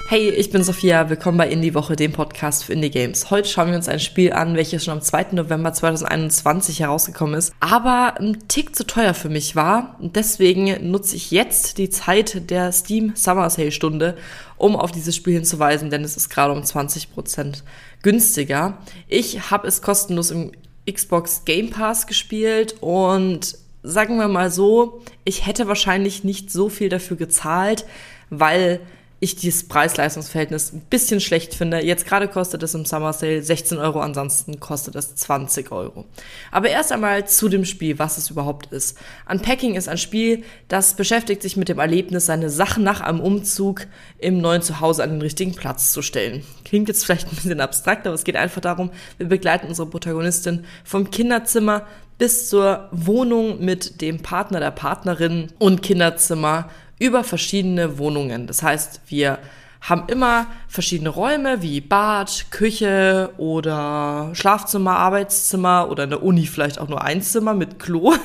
Hey, ich bin Sophia, willkommen bei Indie Woche, dem Podcast für Indie Games. Heute schauen wir uns ein Spiel an, welches schon am 2. November 2021 herausgekommen ist, aber ein Tick zu teuer für mich war. Und deswegen nutze ich jetzt die Zeit der Steam Summer Sale Stunde, um auf dieses Spiel hinzuweisen, denn es ist gerade um 20% günstiger. Ich habe es kostenlos im Xbox Game Pass gespielt und sagen wir mal so, ich hätte wahrscheinlich nicht so viel dafür gezahlt, weil ich dieses Preis-Leistungs-Verhältnis ein bisschen schlecht finde. Jetzt gerade kostet es im Summer Sale 16 Euro, ansonsten kostet es 20 Euro. Aber erst einmal zu dem Spiel, was es überhaupt ist. Unpacking ist ein Spiel, das beschäftigt sich mit dem Erlebnis, seine Sachen nach einem Umzug im neuen Zuhause an den richtigen Platz zu stellen. Klingt jetzt vielleicht ein bisschen abstrakt, aber es geht einfach darum, wir begleiten unsere Protagonistin vom Kinderzimmer bis zur Wohnung mit dem Partner, der Partnerin und Kinderzimmer über verschiedene Wohnungen. Das heißt, wir haben immer verschiedene Räume wie Bad, Küche oder Schlafzimmer, Arbeitszimmer oder in der Uni vielleicht auch nur ein Zimmer mit Klo.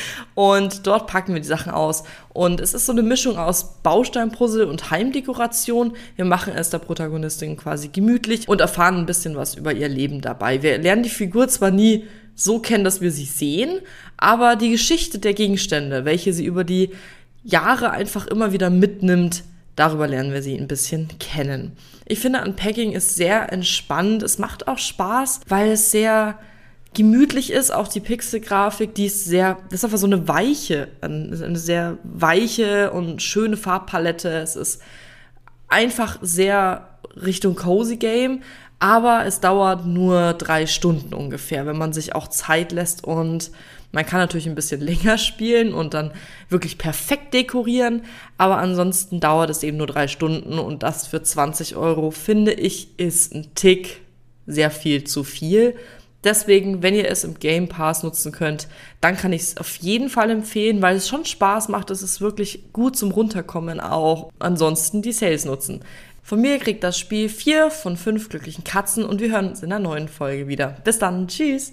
Und dort packen wir die Sachen aus. Und es ist so eine Mischung aus Bausteinpuzzle und Heimdekoration. Wir machen es der Protagonistin quasi gemütlich und erfahren ein bisschen was über ihr Leben dabei. Wir lernen die Figur zwar nie so kennen, dass wir sie sehen, aber die Geschichte der Gegenstände, welche sie über die Jahre einfach immer wieder mitnimmt, darüber lernen wir sie ein bisschen kennen. Ich finde, Unpacking ist sehr entspannt. Es macht auch Spaß, weil es sehr gemütlich ist. Auch die Pixelgrafik, das ist einfach so eine eine sehr weiche und schöne Farbpalette. Es ist einfach sehr Richtung Cozy Game, aber es dauert nur 3 Stunden ungefähr, wenn man sich auch Zeit lässt, und man kann natürlich ein bisschen länger spielen und dann wirklich perfekt dekorieren, aber ansonsten dauert es eben nur 3 Stunden, und das für 20 Euro, finde ich, ist ein Tick sehr viel zu viel. Deswegen, wenn ihr es im Game Pass nutzen könnt, dann kann ich es auf jeden Fall empfehlen, weil es schon Spaß macht. Es ist wirklich gut zum Runterkommen auch. Ansonsten die Sales nutzen. Von mir kriegt das Spiel 4 von 5 glücklichen Katzen, und wir hören uns in der neuen Folge wieder. Bis dann, tschüss!